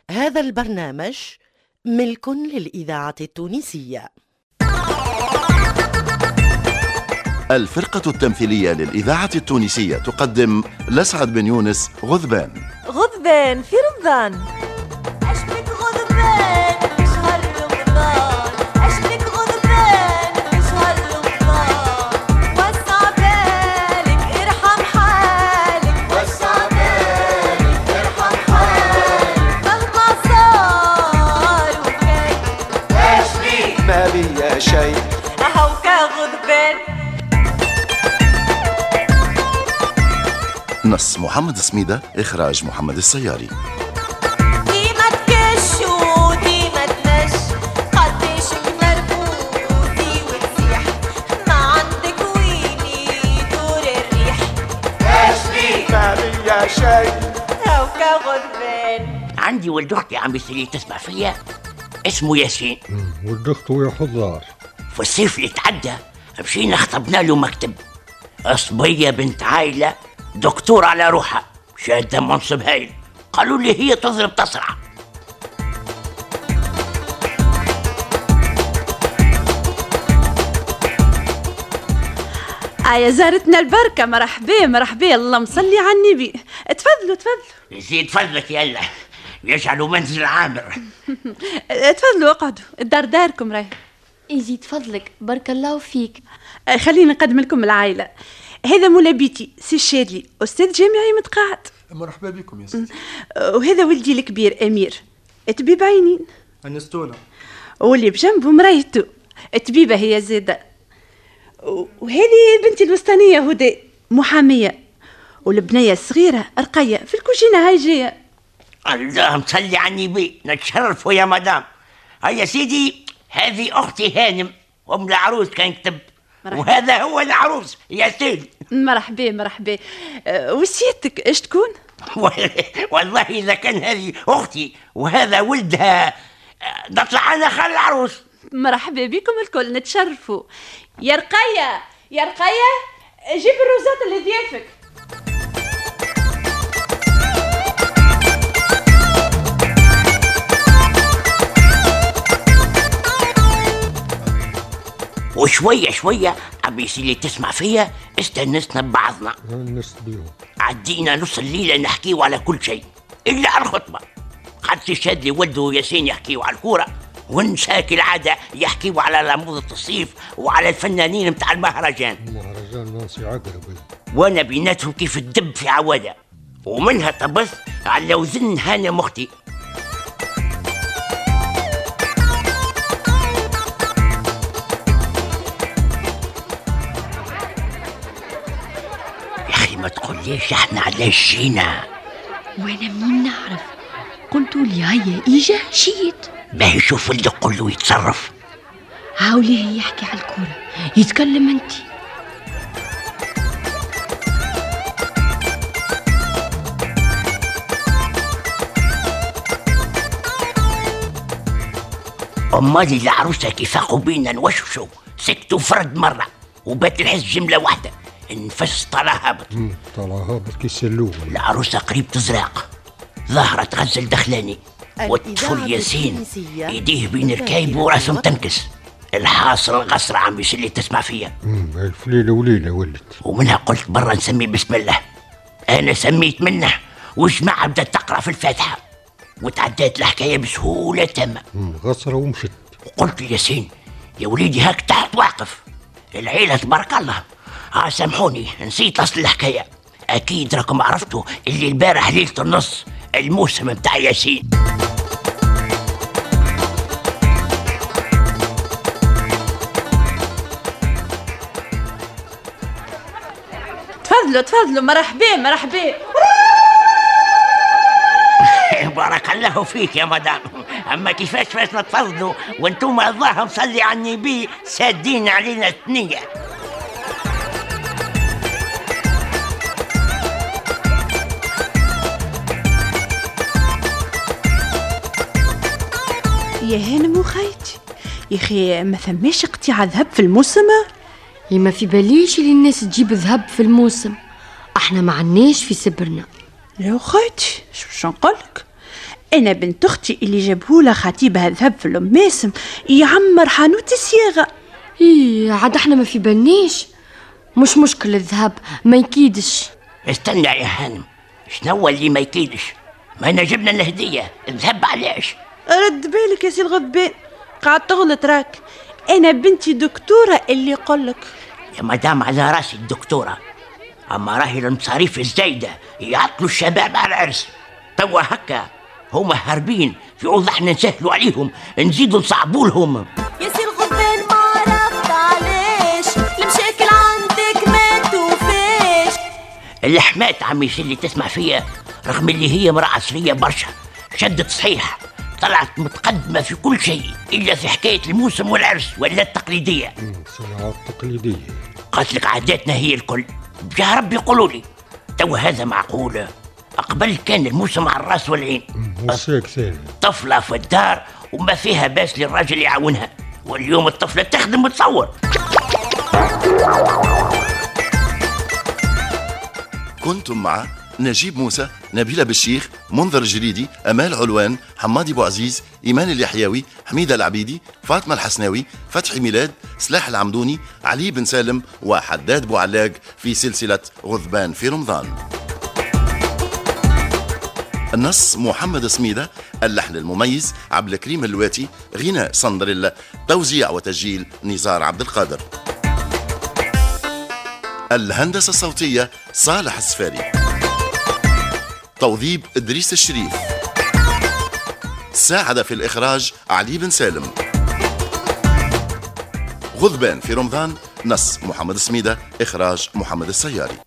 هذا البرنامج ملك للإذاعة التونسية. الفرقة التمثيلية للإذاعة التونسية تقدم لسعد بن يونس غذبان. غذبان في رمضان. أشبك غذبان في شهر رمضان، أشبك غذبان في شهر رمضان. وسع بالك ارحم حالك، وسع بالك ارحم حالك. مهما صار وكان أشبك ما بيا شيء هوكا غذبان. نص محمد سميدة، إخراج محمد السياري. ديما تكشو ديما تنش، قديش مربوطي وتسيح، ما عندك ويني دور الريح. أشبك ما بيا شيء هوكا غذبان. عندي ولد اختي عم بيصير تسمع فيا، اسمه ياسين. ولد اخته يا حضار. في الصيف اللي تعدى مشينا خطبنا له مكتب. صبية بنت عائلة، دكتور على روحها، شادة منصب هايل. قالوا لي هي تضرب تصرع. يا زارتنا البركة، مرحبا مرحبا، اللهم صلي على النبي. تفضلوا تفضلوا. يزيد فضلك يا الله، يجعلوا منزل عامر. تفضلوا اقعدوا، الدار داركم راهي. يزيد فضلك، بارك الله فيك. خليني نقدم لكم العائلة. هذا مولا بيتي سي الشادلي، أستاذ جامعي متقاعد. مرحبا بكم يا سيدي. وهذا ولدي الكبير أمير، طبيب عينين. أنستونا. واللي بجنبه مرايته، طبيبة هي زادة. وهذه بنتي الوسطانية هدى، محامية. والبنية الصغيرة رقية في الكوجينة هاي جاية. اللهم صلي على النبي، نتشرفوا يا مدام. هيا سيدي، هذه أختي هانم، أم العروس كان يكتب. وهذا هو العروس ياسين. مرحبا مرحبا. وسيادتك ايش تكون؟ والله إذا كان هذه أختي وهذا ولدها نطلع أنا خال العروس. مرحبا بكم الكل، نتشرفوا. يا رقية يا رقية، جيب الروزات اللي ضيافك. وشوية شوية عم يصير لي تسمع فيا، استنسنا ببعضنا. عدينا نص الليلة نحكيو على كل شيء إلا على الخطبة. حتى الشادلي ولده ياسين يحكيو على الكورة، ونساك العادة يحكيو على رموضة الصيف وعلى الفنانين متاع المهرجان. ناصي عقربي. وانا بيناتهم كيف الدب في عوادة، ومنها طبث على وزن هانم اختي. ما تقوليش احنا علاش جينا. وانا منين نعرف؟ قلتوا لي هيا اجا جيت. باهي شوف ولدك قل له يتصرف. هاوليه يحكي على الكورة، يتكلم انت. امالي العروسة كيفاقوا بينا نوشوشوا، سكتوا فرد مرة وبات الحس جملة واحدة. النفس طلع هابط. طلع هابط كيسلوه. العروسة قريب تزرق، ظهرة تغزل دخلاني، والطفل ياسين ايديه بين ركايبه وراسه متنكس. الحاصل الغصرة عم يسلي تسمع فيا. ألف ليلة وليلة ولد. ومنها قلت برا نسمي بسم الله. أنا سميت منه، والجماعة بدأت تقرأ في الفاتحة، وتعديت الحكاية بسهولة تامة. غصرة ومشت. وقلت لياسين يا وليدي هاك تحت واقف، العيلة تبارك الله. سامحوني نسيت أصل الحكاية. أكيد راكم عرفتوا اللي البارح ليلة النص الموسم بتاع ياسين. تفضلوا تفضلوا، مرحبا مرحبا. بارك الله فيك يا مدام. أما كيفاش فاش نتفضلوا وانتم الله مصلي على النبي سادين علينا الثنية. يا هانم وخيتي، يا اخي ما ثماش قطيعة ذهب في الموسم. ما في باليش اللي الناس تجيب ذهب في الموسم، احنا ما عناش في سبرنا. يا خيتي شو نقولك، أنا بنت أختي اللي جابهولها خطيبها ذهب في الماسم يعمر حانوت الصياغة. إيه عاد احنا ما في بالنيش. مش مشكلة الذهب ما يكيدش. استنى يا هانم، شنو اللي ما يكيدش؟ ما نجبنا الهدية، الذهب علاش؟ رد بالك يا سي الغضبان، قاعد تغلط راك. أنا بنتي دكتورة اللي يقولك. يا مدام على راسي الدكتورة، أما راهي المصاريف الزايدة يعطلوا الشباب على العرس. توا هكا هما هاربين في عوض احنا نسهلوا عليهم نزيدوا نصعبوا لهم. يا سي الغضبان ما عرفت علاش المشاكل عندك ما توفاش. الحمات عمي اللي تسمع فيا رغم اللي هي مرأة عصرية برشا، شدت صحيح، طلعت متقدمة في كل شيء إلا في حكاية الموسم والعرس ولا التقليدية. صناعات تقليدية قالت لك عاداتنا هي الكل. بجاه ربي يقولوا لي تو هذا معقولة؟ أقبل كان الموسم على الراس والعين، وساك ثاني طفلة في الدار وما فيها باس للراجل يعاونها، واليوم الطفلة تخدم وتصور. كنتم مع نجيب موسى، نبيلة بالشيخ، منذر جريدي، أمال علوان، حمادي بوعزيز، إيمان اليحيوي، حميدة العبيدي، فاطمة الحسناوي، فتحي ميلاد، سلاح العمدوني، علي بن سالم وحداد بوعلاق في سلسلة غضبان في رمضان. النص محمد سميدة، اللحن المميز عبد الكريم اللواتي، غناء صندريلا، توزيع وتسجيل نزار عبد القادر. الهندسة الصوتية صالح السفاري، توظيب إدريس الشريف، ساعد في الإخراج علي بن سالم. غضبان في رمضان، نص محمد سميدة، إخراج محمد السياري.